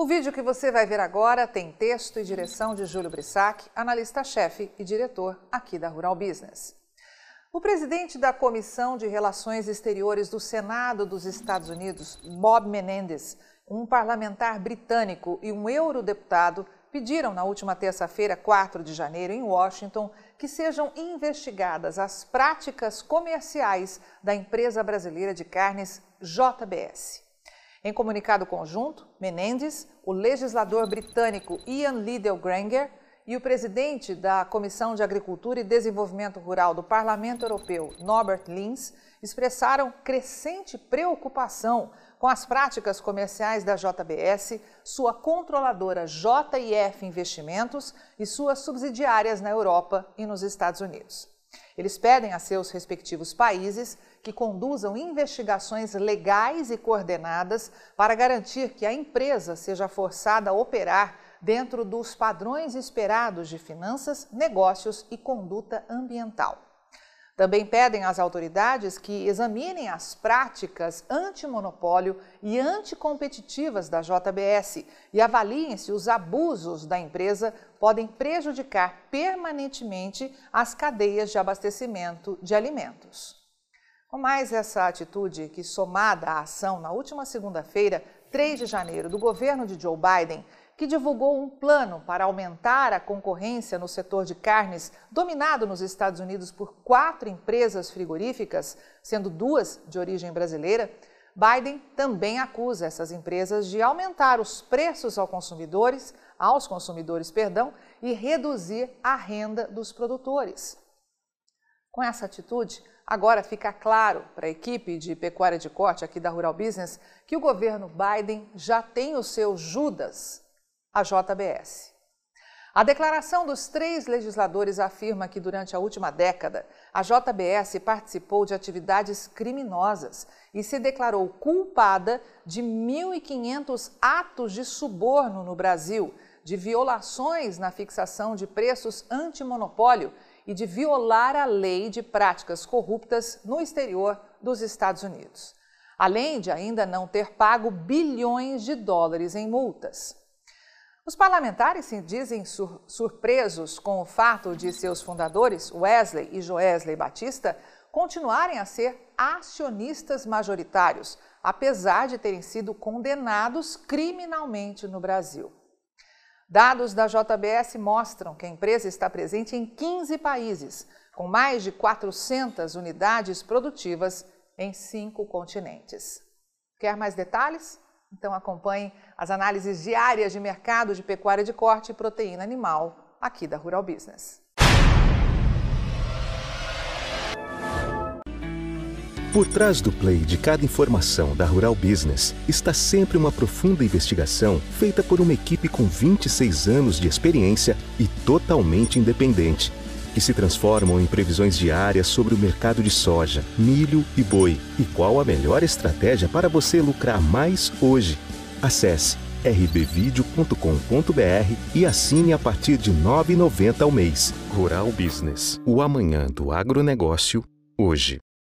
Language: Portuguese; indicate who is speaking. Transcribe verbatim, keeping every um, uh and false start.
Speaker 1: O vídeo que você vai ver agora tem texto e direção de Júlio Brissac, analista-chefe e diretor aqui da Rural Business. O presidente da Comissão de Relações Exteriores do Senado dos Estados Unidos, Bob Menendez, um parlamentar britânico e um eurodeputado, pediram na última terça-feira, quatro de janeiro, em Washington, que sejam investigadas as práticas comerciais da empresa brasileira de carnes J B S. Em comunicado conjunto, Menendez, o legislador britânico Ian Liddell-Granger e o presidente da Comissão de Agricultura e Desenvolvimento Rural do Parlamento Europeu, Norbert Lins, expressaram crescente preocupação com as práticas comerciais da J B S, sua controladora J I F Investimentos e suas subsidiárias na Europa e nos Estados Unidos. Eles pedem a seus respectivos países que conduzam investigações legais e coordenadas para garantir que a empresa seja forçada a operar dentro dos padrões esperados de finanças, negócios e conduta ambiental. Também pedem às autoridades que examinem as práticas antimonopólio e anticompetitivas da J B S e avaliem se os abusos da empresa podem prejudicar permanentemente as cadeias de abastecimento de alimentos. Com mais essa atitude que, somada à ação na última segunda-feira, três de janeiro, do governo de Joe Biden, que divulgou um plano para aumentar a concorrência no setor de carnes, dominado nos Estados Unidos por quatro empresas frigoríficas, sendo duas de origem brasileira, Biden também acusa essas empresas de aumentar os preços aos consumidores, aos consumidores, perdão, e reduzir a renda dos produtores. Com essa atitude, agora fica claro para a equipe de pecuária de corte aqui da Rural Business que o governo Biden já tem o seu Judas, a J B S. A declaração dos três legisladores afirma que durante a última década, a J B S participou de atividades criminosas e se declarou culpada de mil e quinhentos atos de suborno no Brasil, de violações na fixação de preços antimonopólio e de violar a lei de práticas corruptas no exterior dos Estados Unidos, além de ainda não ter pago bilhões de dólares em multas. Os parlamentares se dizem sur surpresos com o fato de seus fundadores, Wesley e Joesley Batista, continuarem a ser acionistas majoritários, apesar de terem sido condenados criminalmente no Brasil. Dados da J B S mostram que a empresa está presente em quinze países, com mais de quatrocentas unidades produtivas em cinco continentes. Quer mais detalhes? Então acompanhe as análises diárias de mercado de pecuária de corte e proteína animal aqui da Rural Business.
Speaker 2: Por trás do play de cada informação da Rural Business está sempre uma profunda investigação feita por uma equipe com vinte e seis anos de experiência e totalmente independente, que se transformam em previsões diárias sobre o mercado de soja, milho e boi e qual a melhor estratégia para você lucrar mais hoje. Acesse r b video ponto com ponto b r e assine a partir de nove reais e noventa centavos ao mês. Rural Business, o amanhã do agronegócio, hoje.